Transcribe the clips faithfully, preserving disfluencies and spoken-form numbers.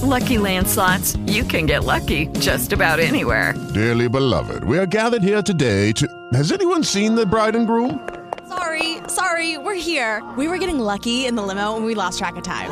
Lucky Land Slots, you can get lucky just about anywhere. Dearly beloved, we are gathered here today to... Has anyone seen the bride and groom? Sorry, sorry, we're here. We were getting lucky in the limo and we lost track of time.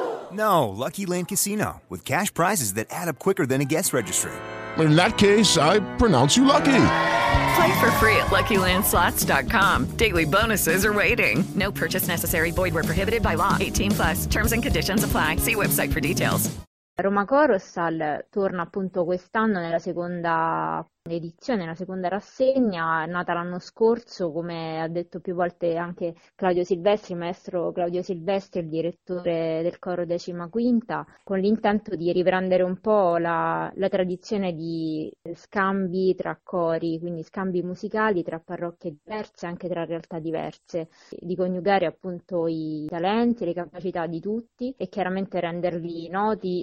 No, Lucky Land Casino, with cash prizes that add up quicker than a guest registry. In that case, I pronounce you lucky. Play for free at Lucky Land Slots dot com. Daily bonuses are waiting. No purchase necessary. Void where prohibited by law. eighteen plus. Terms and conditions apply. See website for details. Roma Chorosal torna appunto quest'anno nella seconda edizione, la seconda rassegna, è nata l'anno scorso, come ha detto più volte anche Claudio Silvestri, il maestro Claudio Silvestri, il direttore del coro Decima Quinta, con l'intento di riprendere un po' la, la tradizione di scambi tra cori, quindi scambi musicali tra parrocchie diverse, anche tra realtà diverse, di coniugare appunto i talenti, le capacità di tutti e chiaramente renderli noti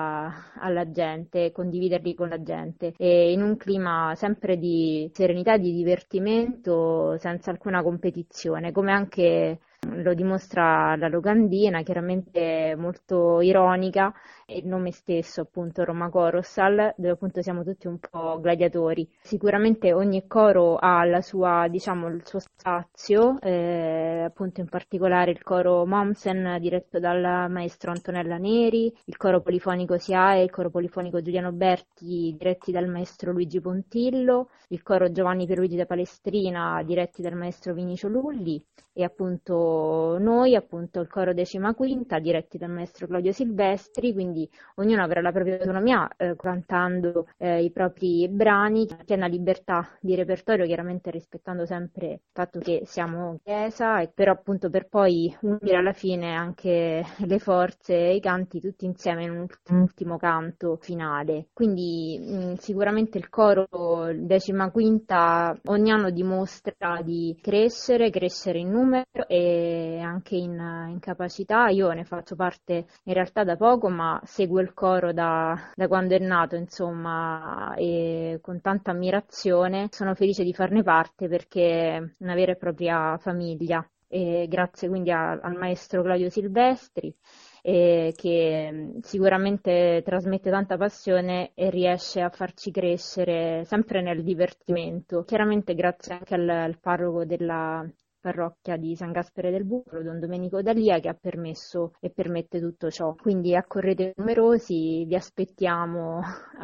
a, alla gente, condividerli con la gente e in un clima sempre di serenità, di divertimento, senza alcuna competizione, come anche lo dimostra la locandina, chiaramente molto ironica, e il nome stesso appunto Roma Chorosal, dove appunto siamo tutti un po' gladiatori. Sicuramente ogni coro ha la sua, diciamo, il suo spazio, eh, appunto in particolare il coro Mommsen diretto dal maestro Antonella Neri, il coro polifonico S I A E, il coro polifonico Giuliano Berti diretti dal maestro Luigi Pontillo, il coro Giovanni Pierluigi da Palestrina diretti dal maestro Vinicio Lulli e appunto noi, appunto il coro Decima Quinta diretti dal maestro Claudio Silvestri, quindi ognuno avrà la propria autonomia eh, cantando eh, i propri brani, piena libertà di repertorio, chiaramente rispettando sempre il fatto che siamo chiesa, e però appunto per poi unire alla fine anche le forze e i canti tutti insieme in un, un ultimo canto finale. Quindi mh, sicuramente il coro Decima Quinta ogni anno dimostra di crescere, crescere in numero e anche in, in capacità. Io ne faccio parte in realtà da poco, ma seguo il coro da, da quando è nato, insomma, e con tanta ammirazione. Sono felice di farne parte perché è una vera e propria famiglia. E grazie quindi a, al maestro Claudio Silvestri, eh, che sicuramente trasmette tanta passione e riesce a farci crescere sempre nel divertimento. Chiaramente grazie anche al, al parroco della parrocchia di San Gaspare del Bufalo, Don Domenico D'Alia, che ha permesso e permette tutto ciò. Quindi accorrete numerosi, vi aspettiamo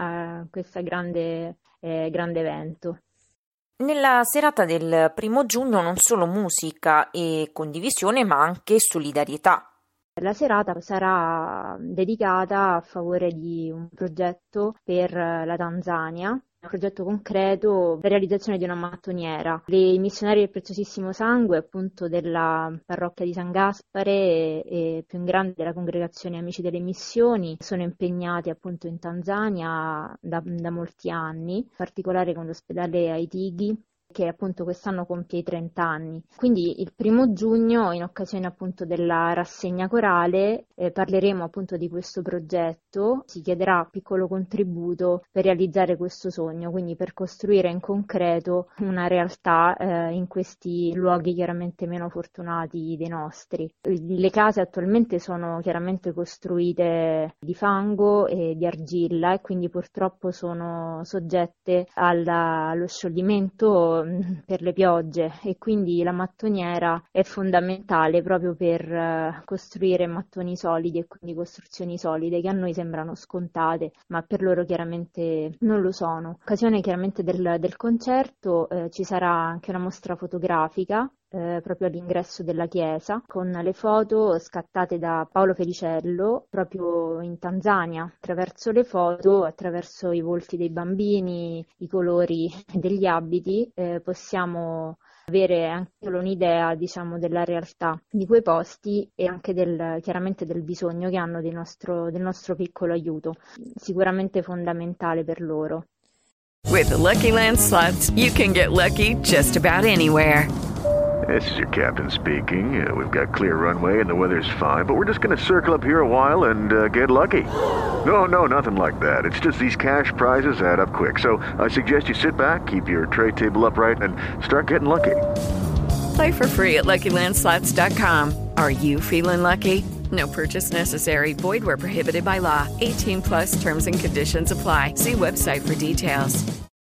a questo grande, eh, grande evento. Nella serata del primo giugno non solo musica e condivisione, ma anche solidarietà. La serata sarà dedicata a favore di un progetto per la Tanzania, un progetto concreto per realizzazione di una mattoniera. Le missionarie del Preziosissimo Sangue, appunto della parrocchia di San Gaspare e, e più in grande della congregazione Amici delle Missioni, sono impegnati appunto in Tanzania da, da molti anni, in particolare con l'ospedale Aitighi, che appunto quest'anno compie i trenta anni. Quindi il primo giugno, in occasione appunto della rassegna corale, eh, parleremo appunto di questo progetto. Si chiederà un piccolo contributo per realizzare questo sogno, quindi per costruire in concreto una realtà eh, in questi luoghi chiaramente meno fortunati dei nostri. Le case attualmente sono chiaramente costruite di fango e di argilla e quindi purtroppo sono soggette alla, allo scioglimento per le piogge, e quindi la mattoniera è fondamentale proprio per costruire mattoni solidi e quindi costruzioni solide che a noi sembrano scontate, ma per loro chiaramente non lo sono. In occasione chiaramente del, del concerto eh, ci sarà anche una mostra fotografica Eh, proprio all'ingresso della chiesa, con le foto scattate da Paolo Felicello proprio in Tanzania. Attraverso le foto, attraverso i volti dei bambini, i colori degli abiti, eh, possiamo avere anche un'idea, diciamo, della realtà di quei posti e anche del, chiaramente del bisogno che hanno del nostro, del nostro piccolo aiuto, sicuramente fondamentale per loro. With the Lucky Land Slots, you can get lucky just about anywhere. This is your captain speaking. Uh, we've got clear runway and the weather's fine, but we're just going to circle up here a while and uh, get lucky. No, no, nothing like that. It's just these cash prizes add up quick. So I suggest you sit back, keep your tray table upright, and start getting lucky. Play for free at Lucky Land Slots dot com. Are you feeling lucky? No purchase necessary. Void where prohibited by law. eighteen plus terms and conditions apply. See website for details.